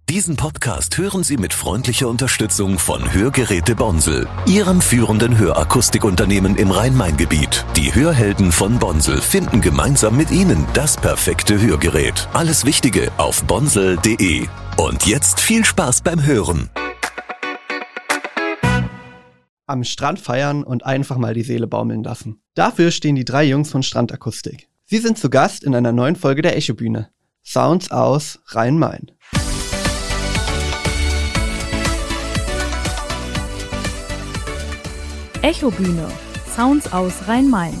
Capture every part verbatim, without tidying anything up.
Diesen Podcast hören Sie mit freundlicher Unterstützung von Hörgeräte Bonsel, Ihrem führenden Hörakustikunternehmen im Rhein-Main-Gebiet. Die Hörhelden von Bonsel finden gemeinsam mit Ihnen das perfekte Hörgerät. Alles Wichtige auf bonsel punkt de. Und jetzt viel Spaß beim Hören. Am Strand feiern und einfach mal die Seele baumeln lassen. Dafür stehen die drei Jungs von Strandakustik. Sie sind zu Gast in einer neuen Folge der Echobühne. Sounds aus Rhein-Main. Echobühne. Sounds aus Rhein-Main.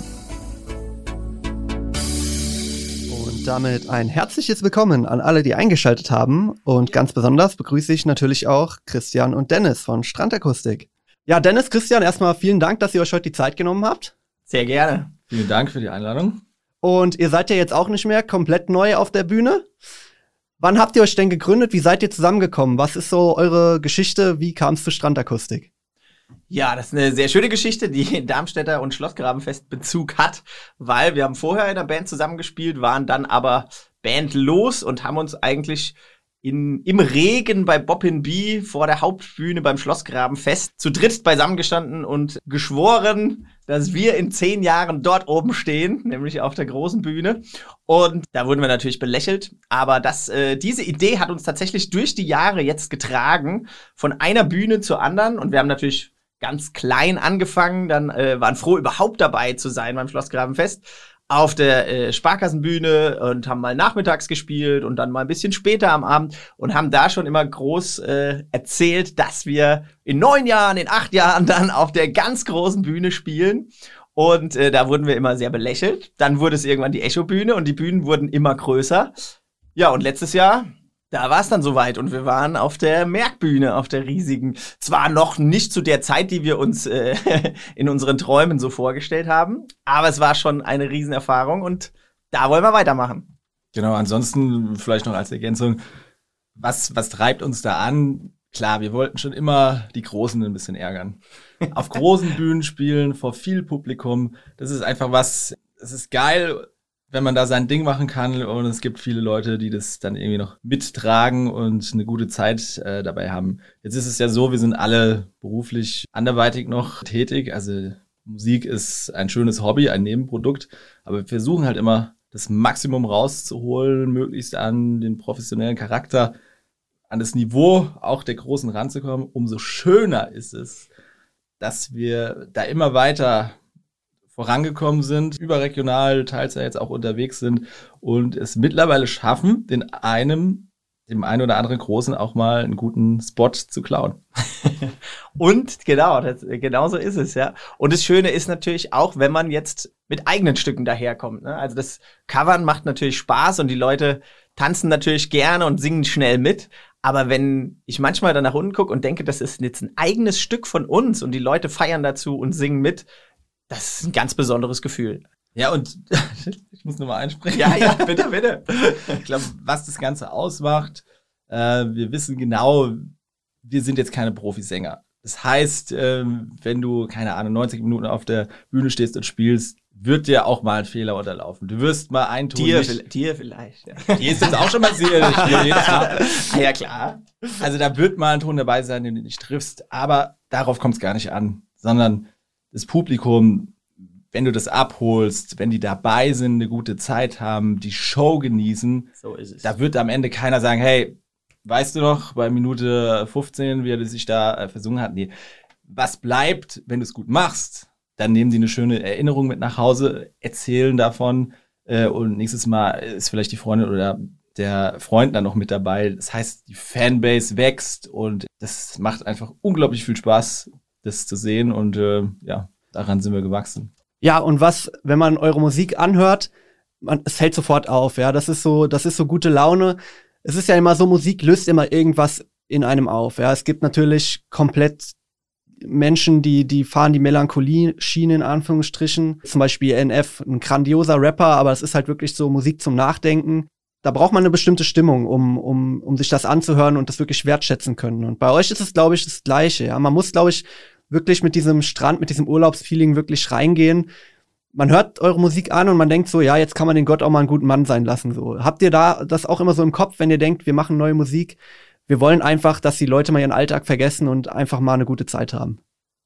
Und damit ein herzliches Willkommen an alle, die eingeschaltet haben. Und ganz besonders begrüße ich natürlich auch Christian und Dennis von Strandakustik. Ja, Dennis, Christian, erstmal vielen Dank, dass ihr euch heute die Zeit genommen habt. Sehr gerne. Vielen Dank für die Einladung. Und ihr seid ja jetzt auch nicht mehr komplett neu auf der Bühne. Wann habt ihr euch denn gegründet? Wie seid ihr zusammengekommen? Was ist so eure Geschichte? Wie kam es zu Strandakustik? Ja, das ist eine sehr schöne Geschichte, die Darmstädter und Schlossgrabenfest Bezug hat, weil wir haben vorher in der Band zusammengespielt, waren dann aber bandlos und haben uns eigentlich in, im Regen bei Boppin B vor der Hauptbühne beim Schlossgrabenfest zu dritt beisammengestanden und geschworen, dass wir in zehn Jahren dort oben stehen, nämlich auf der großen Bühne. Und da wurden wir natürlich belächelt, aber das, äh, diese Idee hat uns tatsächlich durch die Jahre jetzt getragen, von einer Bühne zur anderen. Und wir haben natürlich ganz klein angefangen, dann äh, waren froh, überhaupt dabei zu sein beim Schlossgrabenfest auf der äh, Sparkassenbühne und haben mal nachmittags gespielt und dann mal ein bisschen später am Abend und haben da schon immer groß äh, erzählt, dass wir in neun Jahren, in acht Jahren dann auf der ganz großen Bühne spielen. Und äh, da wurden wir immer sehr belächelt. Dann wurde es irgendwann die Echobühne und die Bühnen wurden immer größer. Ja, und letztes Jahr, da war es dann soweit und wir waren auf der Merkbühne, auf der riesigen. Zwar noch nicht zu der Zeit, die wir uns äh, in unseren Träumen so vorgestellt haben, aber es war schon eine Riesenerfahrung und da wollen wir weitermachen. Genau, ansonsten vielleicht noch als Ergänzung, was, was treibt uns da an? Klar, wir wollten schon immer die Großen ein bisschen ärgern. Auf großen Bühnen spielen, vor viel Publikum, das ist einfach was, es ist geil, wenn man da sein Ding machen kann und es gibt viele Leute, die das dann irgendwie noch mittragen und eine gute Zeit äh, dabei haben. Jetzt ist es ja so, wir sind alle beruflich anderweitig noch tätig, also Musik ist ein schönes Hobby, ein Nebenprodukt, aber wir versuchen halt immer das Maximum rauszuholen, möglichst an den professionellen Charakter, an das Niveau auch der Großen ranzukommen. Umso schöner ist es, dass wir da immer weiter vorangekommen sind, überregional, teils ja jetzt auch unterwegs sind und es mittlerweile schaffen, den einem, dem einen oder anderen Großen auch mal einen guten Spot zu klauen. Und genau, das, genau so ist es, ja. Und das Schöne ist natürlich auch, wenn man jetzt mit eigenen Stücken daherkommt, ne? Also das Covern macht natürlich Spaß und die Leute tanzen natürlich gerne und singen schnell mit. Aber wenn ich manchmal dann nach unten gucke und denke, das ist jetzt ein eigenes Stück von uns und die Leute feiern dazu und singen mit, das ist ein ganz besonderes Gefühl. Ja, und ich muss nur mal einsprechen. Ja, ja, bitte, bitte. Ich glaube, was das Ganze ausmacht, äh, wir wissen genau, wir sind jetzt keine Profisänger. Das heißt, äh, wenn du, keine Ahnung, neunzig Minuten auf der Bühne stehst und spielst, wird dir auch mal ein Fehler unterlaufen. Du wirst mal einen Ton Dir, nicht... dir vielleicht. Ja. Dir ist jetzt auch schon mal sehr... jedes Mal. Ah, ja, klar. Also da wird mal ein Ton dabei sein, den du nicht triffst. Aber darauf kommt es gar nicht an, sondern das Publikum, wenn du das abholst, wenn die dabei sind, eine gute Zeit haben, die Show genießen, so ist es. Da wird am Ende keiner sagen, hey, weißt du noch, bei Minute fünfzehn, wie er sich da äh, versungen hat? Nee. Was bleibt, wenn du es gut machst, dann nehmen die eine schöne Erinnerung mit nach Hause, erzählen davon äh, und nächstes Mal ist vielleicht die Freundin oder der Freund dann noch mit dabei. Das heißt, die Fanbase wächst und das macht einfach unglaublich viel Spaß, das zu sehen und äh, ja, daran sind wir gewachsen. Ja, und was, wenn man eure Musik anhört, man, es hält sofort auf, ja, das ist so, das ist so gute Laune. Es ist ja immer so, Musik löst immer irgendwas in einem auf, ja. Es gibt natürlich komplett Menschen, die, die fahren die Melancholie-Schiene in Anführungsstrichen. Zum Beispiel N F, ein grandioser Rapper, aber es ist halt wirklich so Musik zum Nachdenken. Da braucht man eine bestimmte Stimmung, um, um, um sich das anzuhören und das wirklich wertschätzen können. Und bei euch ist es, glaube ich, das Gleiche, ja. Man muss, glaube ich, wirklich mit diesem Strand, mit diesem Urlaubsfeeling wirklich reingehen. Man hört eure Musik an und man denkt so, ja, jetzt kann man den Gott auch mal einen guten Mann sein lassen, so. Habt ihr da das auch immer so im Kopf, wenn ihr denkt, wir machen neue Musik? wir wollen einfach, dass die Leute mal ihren Alltag vergessen und einfach mal eine gute Zeit haben.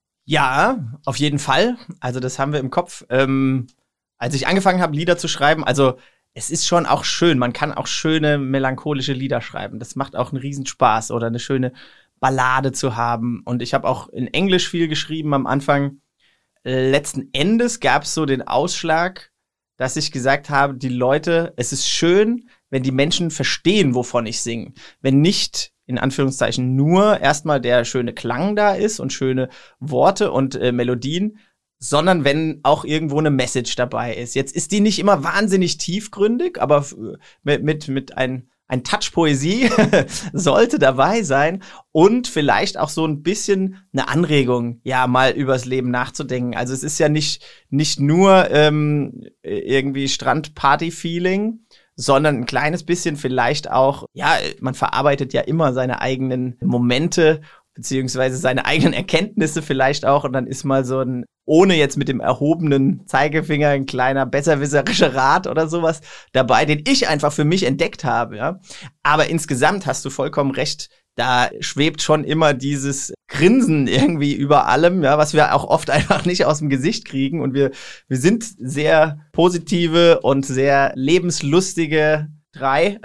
Ja, auf jeden Fall. Also das haben wir im Kopf. Ähm, als ich angefangen habe, Lieder zu schreiben, also es ist schon auch schön. Man kann auch schöne, melancholische Lieder schreiben. Das macht auch einen Riesenspaß oder eine schöne Ballade zu haben. Und ich habe auch in Englisch viel geschrieben am Anfang. Letzten Endes gab es so den Ausschlag, dass ich gesagt habe, die Leute, es ist schön, wenn die Menschen verstehen, wovon ich singe. Wenn nicht, in Anführungszeichen, nur erstmal der schöne Klang da ist und schöne Worte und äh, Melodien, sondern wenn auch irgendwo eine Message dabei ist. Jetzt ist die nicht immer wahnsinnig tiefgründig, aber f- mit, mit, mit ein, ein Touch Poesie sollte dabei sein und vielleicht auch so ein bisschen eine Anregung, ja, mal übers Leben nachzudenken. Also es ist ja nicht, nicht nur ähm, irgendwie Strand-Party-Feeling, sondern ein kleines bisschen vielleicht auch, ja, man verarbeitet ja immer seine eigenen Momente, beziehungsweise seine eigenen Erkenntnisse vielleicht auch und dann ist mal so ein, ohne jetzt mit dem erhobenen Zeigefinger, ein kleiner besserwisserischer Rat oder sowas dabei, den ich einfach für mich entdeckt habe, ja. Aber insgesamt hast du vollkommen recht, da schwebt schon immer dieses Grinsen irgendwie über allem, ja, was wir auch oft einfach nicht aus dem Gesicht kriegen und wir, wir sind sehr positive und sehr lebenslustige drei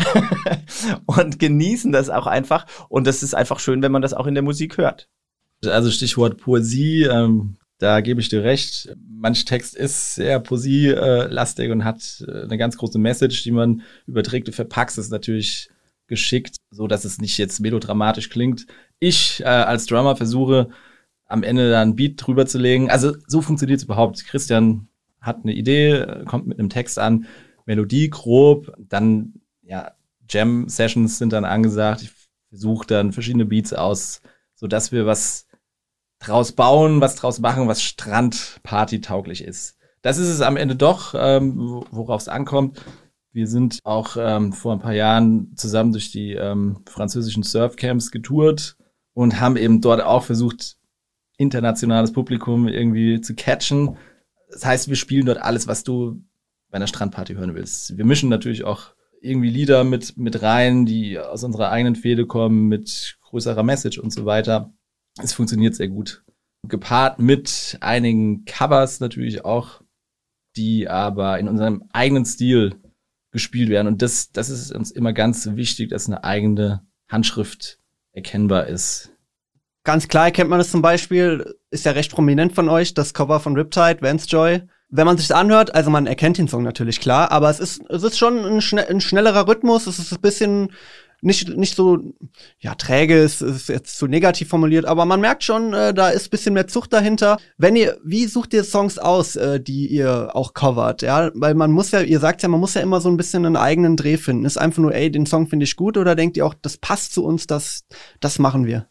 und genießen das auch einfach. Und das ist einfach schön, wenn man das auch in der Musik hört. Also Stichwort Poesie, ähm, da gebe ich dir recht. Manch Text ist sehr poesielastig und hat äh, eine ganz große Message, die man überträgt. Du verpackst es natürlich geschickt, so dass es nicht jetzt melodramatisch klingt. Ich äh, als Drummer versuche am Ende da ein Beat drüber zu legen. Also so funktioniert es überhaupt. Christian hat eine Idee, kommt mit einem Text an, Melodie grob, dann ja Jam-Sessions sind dann angesagt. Ich versuche dann verschiedene Beats aus, so dass wir was draus bauen, was draus machen, was Strand-Party-tauglich ist. Das ist es am Ende doch, ähm, worauf es ankommt. Wir sind auch ähm, vor ein paar Jahren zusammen durch die ähm, französischen Surfcamps getourt und haben eben dort auch versucht, internationales Publikum irgendwie zu catchen. Das heißt, wir spielen dort alles, was du bei einer Strandparty hören willst. Wir mischen natürlich auch irgendwie Lieder mit, mit rein, die aus unserer eigenen Fehde kommen, mit größerer Message und so weiter. Es funktioniert sehr gut. Gepaart mit einigen Covers natürlich auch, die aber in unserem eigenen Stil gespielt werden. Und das, das ist uns immer ganz wichtig, dass eine eigene Handschrift erkennbar ist. Ganz klar erkennt man das zum Beispiel, ist ja recht prominent von euch, das Cover von Riptide, Vance Joy. Wenn man sich's anhört, also man erkennt den Song natürlich, klar, aber es ist, es ist schon ein, schne- ein schnellerer Rhythmus, es ist ein bisschen nicht, nicht so, ja, träge, es ist jetzt zu negativ formuliert, aber man merkt schon, äh, da ist ein bisschen mehr Zucht dahinter. Wenn ihr, wie sucht ihr Songs aus, äh, die ihr auch covert, ja? Weil man muss ja, ihr sagt ja, man muss ja immer so ein bisschen einen eigenen Dreh finden. Ist einfach nur, ey, den Song finde ich gut, oder denkt ihr auch, das passt zu uns, das, das machen wir?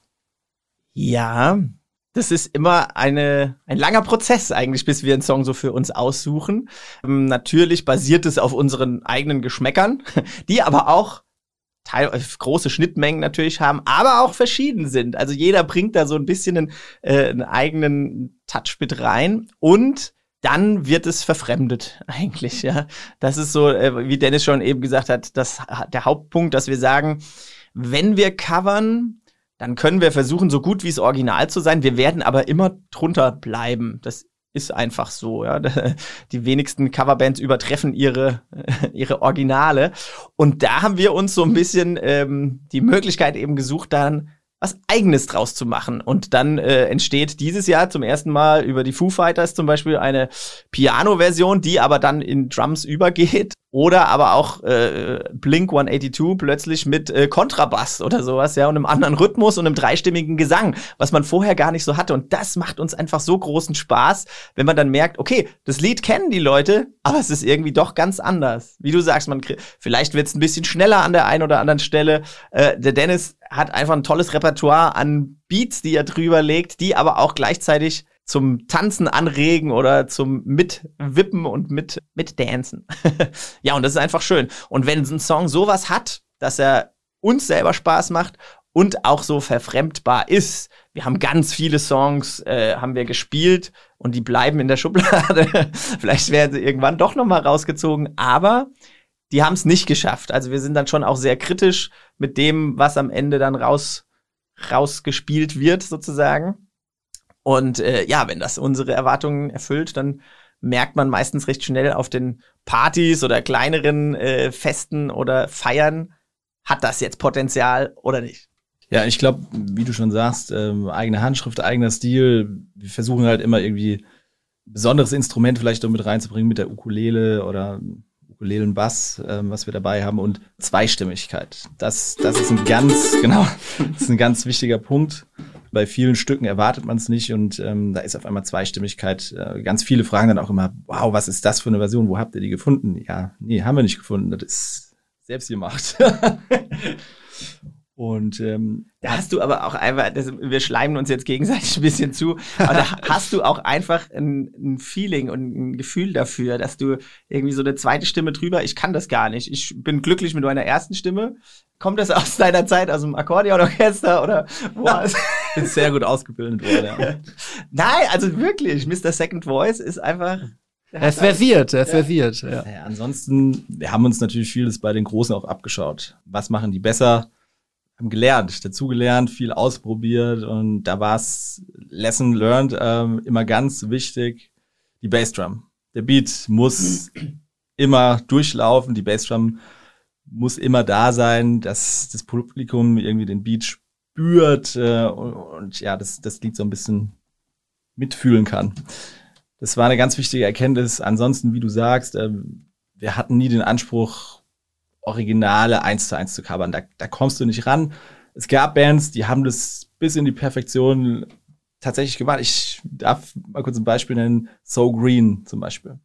Ja, das ist immer eine, ein langer Prozess eigentlich, bis wir einen Song so für uns aussuchen. Ähm, natürlich basiert es auf unseren eigenen Geschmäckern, die aber auch teil- große Schnittmengen natürlich haben, aber auch verschieden sind. Also jeder bringt da so ein bisschen einen, äh, einen eigenen Touch mit rein und dann wird es verfremdet eigentlich, ja. Das ist so, äh, wie Dennis schon eben gesagt hat, das, der Hauptpunkt, dass wir sagen, wenn wir covern, dann können wir versuchen, so gut wie es Original zu sein. Wir werden aber immer drunter bleiben. Das ist einfach so, ja. Die wenigsten Coverbands übertreffen ihre, ihre Originale. Und da haben wir uns so ein bisschen ähm, die Möglichkeit eben gesucht, dann was Eigenes draus zu machen. Und dann äh, entsteht dieses Jahr zum ersten Mal über die Foo Fighters zum Beispiel eine Piano-Version, die aber dann in Drums übergeht. Oder aber auch äh, Blink hundertzweiundachtzig plötzlich mit äh, Kontrabass oder sowas, ja, und einem anderen Rhythmus und einem dreistimmigen Gesang, was man vorher gar nicht so hatte. Und das macht uns einfach so großen Spaß, wenn man dann merkt, okay, das Lied kennen die Leute, aber es ist irgendwie doch ganz anders. Wie du sagst, man vielleicht wird es ein bisschen schneller an der einen oder anderen Stelle. Äh, der Dennis hat einfach ein tolles Repertoire an Beats, die er drüber legt, die aber auch gleichzeitig zum Tanzen anregen oder zum Mitwippen und mit Mitdancen. Ja, und das ist einfach schön. Und wenn ein Song sowas hat, dass er uns selber Spaß macht und auch so verfremdbar ist. Wir haben ganz viele Songs, äh, haben wir gespielt und die bleiben in der Schublade. Vielleicht werden sie irgendwann doch noch mal rausgezogen, aber die haben es nicht geschafft. Also wir sind dann schon auch sehr kritisch mit dem, was am Ende dann raus rausgespielt wird, sozusagen. Und äh, ja, wenn das unsere Erwartungen erfüllt, dann merkt man meistens recht schnell auf den Partys oder kleineren äh, Festen oder Feiern, hat das jetzt Potenzial oder nicht. Ja, ich glaube, wie du schon sagst, ähm, eigene Handschrift, eigener Stil. Wir versuchen halt immer irgendwie ein besonderes Instrument vielleicht noch mit reinzubringen mit der Ukulele oder Ukulelenbass, ähm, was wir dabei haben, und Zweistimmigkeit. Das, das ist ein ganz, genau, das ist ein ganz wichtiger Punkt. Bei vielen Stücken erwartet man es nicht und ähm, da ist auf einmal Zweistimmigkeit. Äh, ganz viele fragen dann auch immer, wow, was ist das für eine Version? Wo habt ihr die gefunden? Ja, nee, haben wir nicht gefunden. Das ist selbst gemacht. Und ähm, da hast du aber auch einfach, das, wir schleimen uns jetzt gegenseitig ein bisschen zu, aber da hast du auch einfach ein, ein Feeling und ein Gefühl dafür, dass du irgendwie so eine zweite Stimme drüber, ich kann das gar nicht. Ich bin glücklich mit meiner ersten Stimme. Kommt das aus deiner Zeit, aus dem Akkordeonorchester oder wo? Ich bin sehr gut ausgebildet worden, ja. Nein, also wirklich, Mister Second Voice ist einfach... Er ist versiert, er ist ja. versiert. Ja. Ja, ansonsten, wir haben uns natürlich vieles bei den Großen auch abgeschaut. Was machen die besser? Haben gelernt, dazugelernt, viel ausprobiert und da war es Lesson learned ähm, immer ganz wichtig, die Bassdrum. Der Beat muss immer durchlaufen, die Bassdrum muss immer da sein, dass das Publikum irgendwie den Beat spürt äh, und, und ja, das, das Lied so ein bisschen mitfühlen kann. Das war eine ganz wichtige Erkenntnis. Ansonsten, wie du sagst, äh, wir hatten nie den Anspruch, Originale eins zu eins zu covern. Da, da kommst du nicht ran. Es gab Bands, die haben das bis in die Perfektion tatsächlich gemacht. Ich darf mal kurz ein Beispiel nennen. So Green zum Beispiel.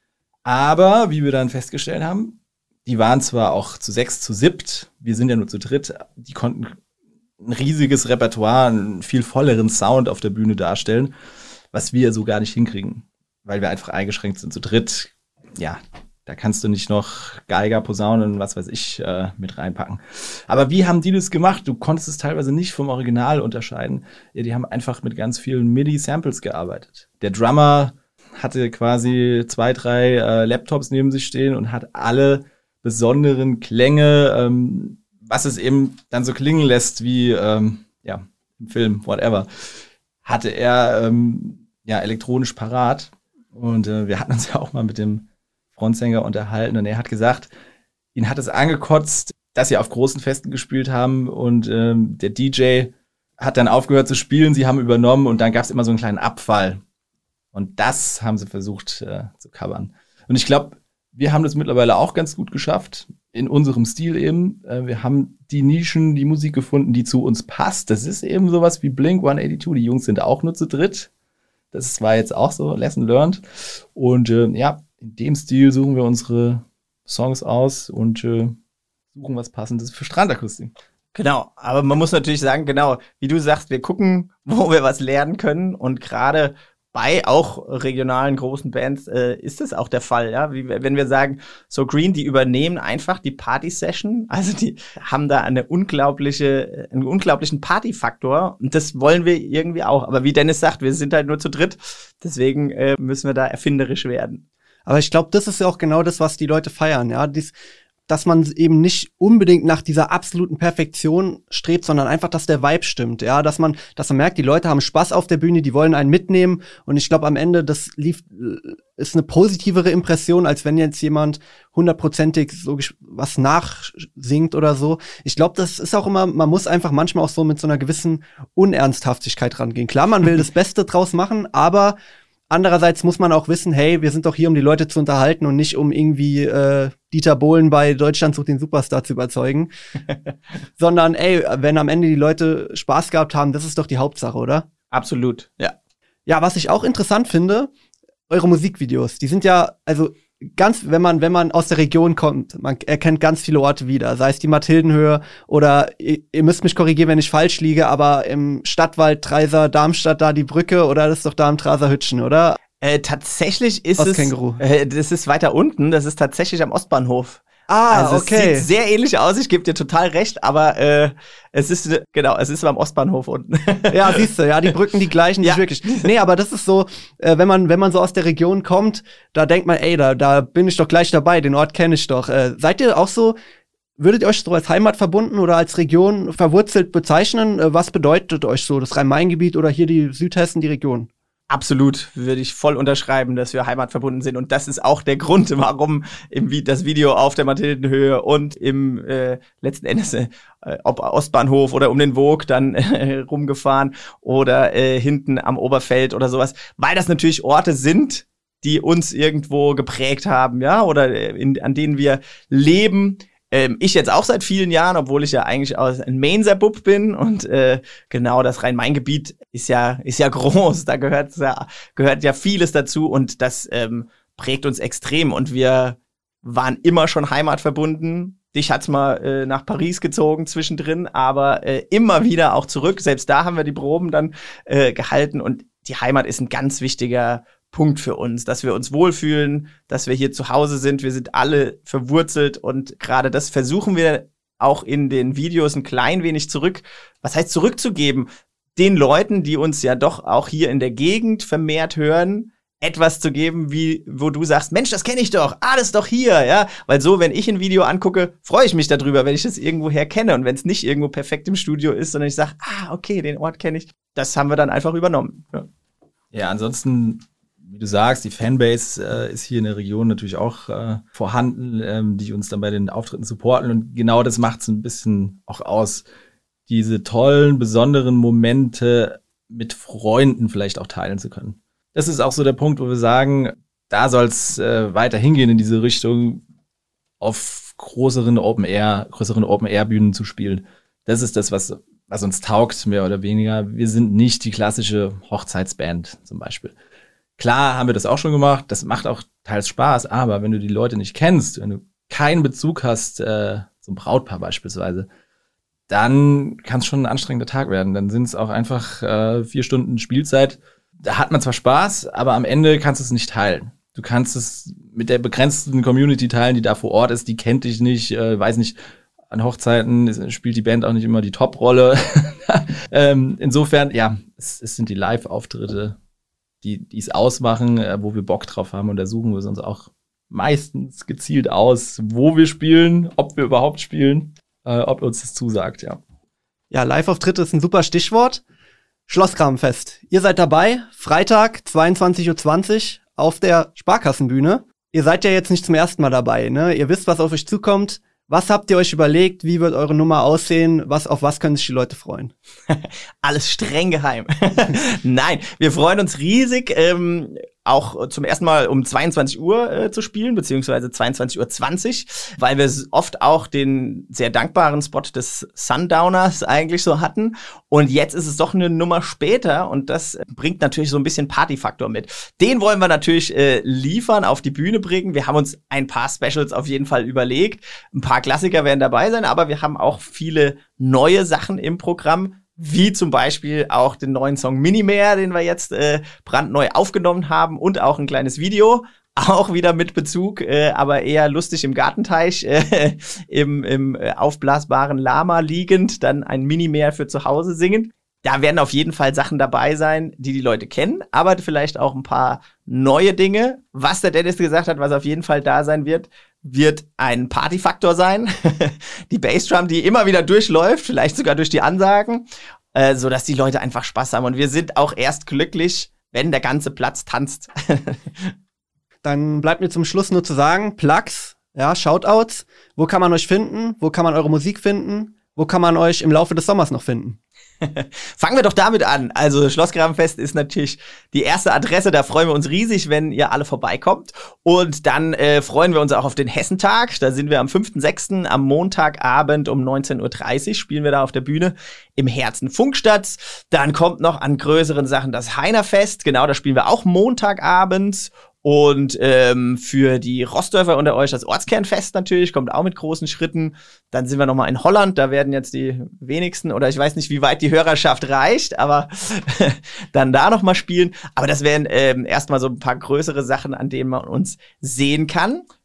Aber, wie wir dann festgestellt haben, die waren zwar auch zu sechs, zu siebt, wir sind ja nur zu dritt, die konnten ein riesiges Repertoire, einen viel volleren Sound auf der Bühne darstellen, was wir so gar nicht hinkriegen, weil wir einfach eingeschränkt sind zu dritt. Ja, da kannst du nicht noch Geiger, Posaunen, was weiß ich, äh, mit reinpacken. Aber wie haben die das gemacht? Du konntest es teilweise nicht vom Original unterscheiden. Ja, die haben einfach mit ganz vielen MIDI-Samples gearbeitet. Der Drummer hatte quasi zwei, drei äh, Laptops neben sich stehen und hat alle besonderen Klänge, ähm, was es eben dann so klingen lässt wie ähm, ja, im Film, whatever, hatte er ähm, ja elektronisch parat. Und äh, wir hatten uns ja auch mal mit dem Frontsänger unterhalten und er hat gesagt, ihn hat es angekotzt, dass sie auf großen Festen gespielt haben und ähm, der D J hat dann aufgehört zu spielen, sie haben übernommen und dann gab es immer so einen kleinen Abfall. Und das haben sie versucht äh, zu covern. Und ich glaube, wir haben das mittlerweile auch ganz gut geschafft, in unserem Stil eben. Äh, wir haben die Nischen, die Musik gefunden, die zu uns passt. Das ist eben sowas wie Blink one eighty-two. Die Jungs sind auch nur zu dritt. Das war jetzt auch so, Lesson learned. Und äh, ja, in dem Stil suchen wir unsere Songs aus und äh, suchen was Passendes für Strandakustik. Genau, aber man muss natürlich sagen, genau, wie du sagst, wir gucken, wo wir was lernen können und gerade bei auch regionalen großen Bands äh, ist das auch der Fall, ja, wie wenn wir sagen, So Green, die übernehmen einfach die Party-Session, also die haben da eine unglaubliche, einen unglaublichen Party-Faktor und das wollen wir irgendwie auch, aber wie Dennis sagt, wir sind halt nur zu dritt, deswegen äh, müssen wir da erfinderisch werden. Aber ich glaube, das ist ja auch genau das, was die Leute feiern, ja, Dies, dass man eben nicht unbedingt nach dieser absoluten Perfektion strebt, sondern einfach, dass der Vibe stimmt, ja, dass man, dass man merkt, die Leute haben Spaß auf der Bühne, die wollen einen mitnehmen und ich glaube, am Ende, das lief, ist eine positivere Impression, als wenn jetzt jemand hundertprozentig so was nachsingt oder so. Ich glaube, das ist auch immer, man muss einfach manchmal auch so mit so einer gewissen Unernsthaftigkeit rangehen. Klar, man will das Beste draus machen, aber andererseits muss man auch wissen, hey, wir sind doch hier, um die Leute zu unterhalten und nicht um irgendwie äh, Dieter Bohlen bei Deutschland sucht den Superstar zu überzeugen. Sondern, ey, wenn am Ende die Leute Spaß gehabt haben, das ist doch die Hauptsache, oder? Absolut, ja. Ja, was ich auch interessant finde, eure Musikvideos, die sind ja, also ganz, wenn man, wenn man aus der Region kommt, man erkennt ganz viele Orte wieder, sei es die Mathildenhöhe oder, ihr, ihr müsst mich korrigieren, wenn ich falsch liege, aber im Stadtwald, Treiser, Darmstadt, da die Brücke oder das ist doch da im Traser Hütchen, oder? Äh, tatsächlich ist es, Ostkänguru. äh, das ist weiter unten, das ist tatsächlich am Ostbahnhof. Ah, also okay. Es sieht sehr ähnlich aus, ich gebe dir total recht, aber äh, es ist, genau, es ist beim Ostbahnhof unten. Ja, siehst du, ja, die Brücken die gleichen, Ja. nicht wirklich. Nee, aber das ist so, äh, wenn man wenn man so aus der Region kommt, da denkt man, ey, da, da bin ich doch gleich dabei, den Ort kenne ich doch. Äh, seid ihr auch so, würdet ihr euch so als Heimat verbunden oder als Region verwurzelt bezeichnen? Äh, was bedeutet euch so das Rhein-Main-Gebiet oder hier die Südhessen, die Region? Absolut, würde ich voll unterschreiben, dass wir heimatverbunden sind. Und das ist auch der Grund, warum im Vi- das Video auf der Mathildenhöhe und im äh, letzten Endes, äh, ob Ostbahnhof oder um den Vogue dann äh, rumgefahren oder äh, hinten am Oberfeld oder sowas. Weil das natürlich Orte sind, die uns irgendwo geprägt haben, ja, oder äh, in, an denen wir leben. Ähm, ich jetzt auch seit vielen Jahren, obwohl ich ja eigentlich aus ein Mainzer Bub bin und äh, genau das Rhein-Main-Gebiet ist ja ist ja groß, da gehört ja gehört ja vieles dazu und das ähm, prägt uns extrem und wir waren immer schon heimatverbunden. Dich hat's mal äh, nach Paris gezogen zwischendrin, aber äh, immer wieder auch zurück. Selbst da haben wir die Proben dann äh, gehalten und die Heimat ist ein ganz wichtiger Punkt für uns, dass wir uns wohlfühlen, dass wir hier zu Hause sind. Wir sind alle verwurzelt und gerade das versuchen wir auch in den Videos ein klein wenig zurück, was heißt zurückzugeben, den Leuten, die uns ja doch auch hier in der Gegend vermehrt hören, etwas zu geben, wie wo du sagst, Mensch, das kenne ich doch, ah, das ist doch hier, ja, weil so, wenn ich ein Video angucke, freue ich mich darüber, wenn ich das irgendwoher kenne und wenn es nicht irgendwo perfekt im Studio ist, sondern ich sage, ah, okay, den Ort kenne ich, das haben wir dann einfach übernommen. Ja, Ja, ansonsten, wie du sagst, die Fanbase äh, ist hier in der Region natürlich auch äh, vorhanden, ähm, die uns dann bei den Auftritten supporten. Und genau das macht es ein bisschen auch aus, diese tollen, besonderen Momente mit Freunden vielleicht auch teilen zu können. Das ist auch so der Punkt, wo wir sagen, da soll es äh, weiter hingehen in diese Richtung, auf größeren Open-Air, größeren Open-Air-Bühnen zu spielen. Das ist das, was, was uns taugt, mehr oder weniger. Wir sind nicht die klassische Hochzeitsband zum Beispiel. Klar haben wir das auch schon gemacht, das macht auch teils Spaß, aber wenn du die Leute nicht kennst, wenn du keinen Bezug hast äh, zum Brautpaar beispielsweise, dann kann es schon ein anstrengender Tag werden. Dann sind es auch einfach äh, vier Stunden Spielzeit. Da hat man zwar Spaß, aber am Ende kannst du es nicht teilen. Du kannst es mit der begrenzten Community teilen, die da vor Ort ist, die kennt dich nicht, äh, weiß nicht, an Hochzeiten spielt die Band auch nicht immer die Top-Rolle. ähm, insofern, ja, es, es sind die Live-Auftritte, die die es ausmachen, äh, wo wir Bock drauf haben. Und da suchen wir es uns auch meistens gezielt aus, wo wir spielen, ob wir überhaupt spielen, äh, ob uns das zusagt, ja. Ja, Live-Auftritte ist ein super Stichwort. Schlossgrabenfest. Ihr seid dabei, Freitag, zweiundzwanzig Uhr zwanzig auf der Sparkassenbühne. Ihr seid ja jetzt nicht zum ersten Mal dabei, ne? Ihr wisst, was auf euch zukommt. Was habt ihr euch überlegt? Wie wird eure Nummer aussehen? Was, auf was können sich die Leute freuen? Alles streng geheim. Nein, wir freuen uns riesig, ähm, auch zum ersten Mal um zweiundzwanzig Uhr äh, zu spielen, beziehungsweise zweiundzwanzig Uhr zwanzig, weil wir oft auch den sehr dankbaren Spot des Sundowners eigentlich so hatten. Und jetzt ist es doch eine Nummer später und das bringt natürlich so ein bisschen Partyfaktor mit. Den wollen wir natürlich äh, liefern, auf die Bühne bringen. Wir haben uns ein paar Specials auf jeden Fall überlegt. Ein paar Klassiker werden dabei sein, aber wir haben auch viele neue Sachen im Programm. Wie zum Beispiel auch den neuen Song Minimär, den wir jetzt äh, brandneu aufgenommen haben und auch ein kleines Video, auch wieder mit Bezug, äh, aber eher lustig im Gartenteich, äh, im, im äh, aufblasbaren Lama liegend, dann ein Minimär für zu Hause singend. Da werden auf jeden Fall Sachen dabei sein, die die Leute kennen, aber vielleicht auch ein paar neue Dinge. Was der Dennis gesagt hat, was auf jeden Fall da sein wird, wird ein Partyfaktor sein. Die Bassdrum, die immer wieder durchläuft, vielleicht sogar durch die Ansagen, äh, so dass die Leute einfach Spaß haben. Und wir sind auch erst glücklich, wenn der ganze Platz tanzt. Dann bleibt mir zum Schluss nur zu sagen, Plugs, ja, Shoutouts. Wo kann man euch finden? Wo kann man eure Musik finden? Wo kann man euch im Laufe des Sommers noch finden? Fangen wir doch damit an. Also Schlossgrabenfest ist natürlich die erste Adresse. Da freuen wir uns riesig, wenn ihr alle vorbeikommt. Und dann äh, freuen wir uns auch auf den Hessentag. Da sind wir am fünften sechsten am Montagabend um neunzehn Uhr dreißig spielen wir da auf der Bühne im Herzen Funkstadt. Dann kommt noch an größeren Sachen das Heinerfest. Genau, da spielen wir auch Montagabends. Und ähm, für die Rossdörfer unter euch das Ortskernfest natürlich, kommt auch mit großen Schritten. Dann sind wir noch mal in Holland, da werden jetzt die wenigsten, oder ich weiß nicht, wie weit die Hörerschaft reicht, aber dann da noch mal spielen. Aber das wären ähm, erstmal so ein paar größere Sachen, an denen man uns sehen kann.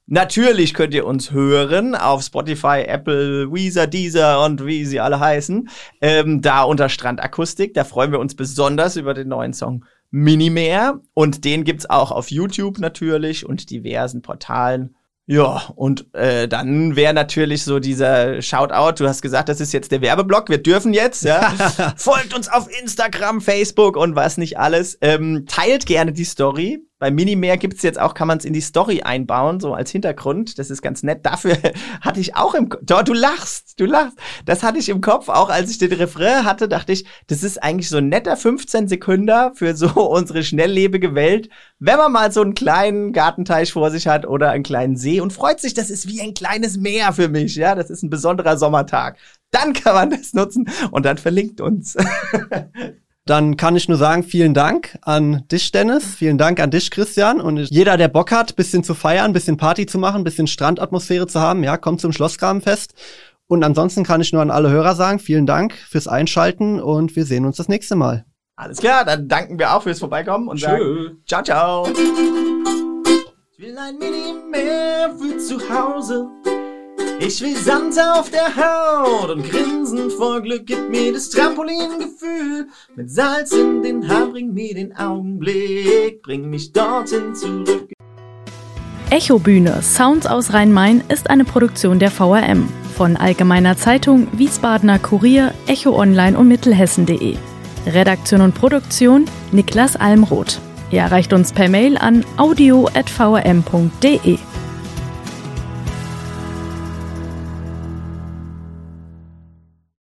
Natürlich könnt ihr uns hören auf Spotify, Apple, Weezer, Deezer und wie sie alle heißen. Ähm, da unter Strandakustik. Da freuen wir uns besonders über den neuen Song Minimeer. Und den gibt's auch auf YouTube natürlich und diversen Portalen. Ja, und äh, dann wäre natürlich so dieser Shoutout, du hast gesagt, das ist jetzt der Werbeblock, wir dürfen jetzt, ja. Folgt uns auf Instagram, Facebook und was nicht alles. Ähm, teilt gerne die Story. Bei Minimeer gibt's jetzt auch, kann man es in die Story einbauen, so als Hintergrund. Das ist ganz nett. Dafür hatte ich auch im Kopf, du lachst, du lachst. Das hatte ich im Kopf, auch als ich den Refrain hatte, dachte ich, das ist eigentlich so ein netter fünfzehn Sekünder für so unsere schnelllebige Welt, wenn man mal so einen kleinen Gartenteich vor sich hat oder einen kleinen See und freut sich, das ist wie ein kleines Meer für mich, ja, das ist ein besonderer Sommertag. Dann kann man das nutzen und dann verlinkt uns. Dann kann ich nur sagen, vielen Dank an dich, Dennis. Vielen Dank an dich, Christian. Und jeder, der Bock hat, bisschen zu feiern, bisschen Party zu machen, bisschen Strandatmosphäre zu haben, ja, kommt zum Schlossgrabenfest. Und ansonsten kann ich nur an alle Hörer sagen, vielen Dank fürs Einschalten und wir sehen uns das nächste Mal. Alles klar, dann danken wir auch fürs Vorbeikommen und sagen ciao, ciao. Ich will ein Minimeer für zu Hause. Ich will Sand auf der Haut und Grinsen vor Glück, gib mir das Trampolingefühl. Mit Salz in den Haaren, bring mir den Augenblick, bring mich dorthin zurück. Echobühne Sounds aus Rhein-Main ist eine Produktion der V R M von Allgemeiner Zeitung, Wiesbadener Kurier, Echo Online und Mittelhessen punkt de. Redaktion und Produktion Niklas Almroth. Ihr erreicht uns per Mail an audio at v r m punkt de.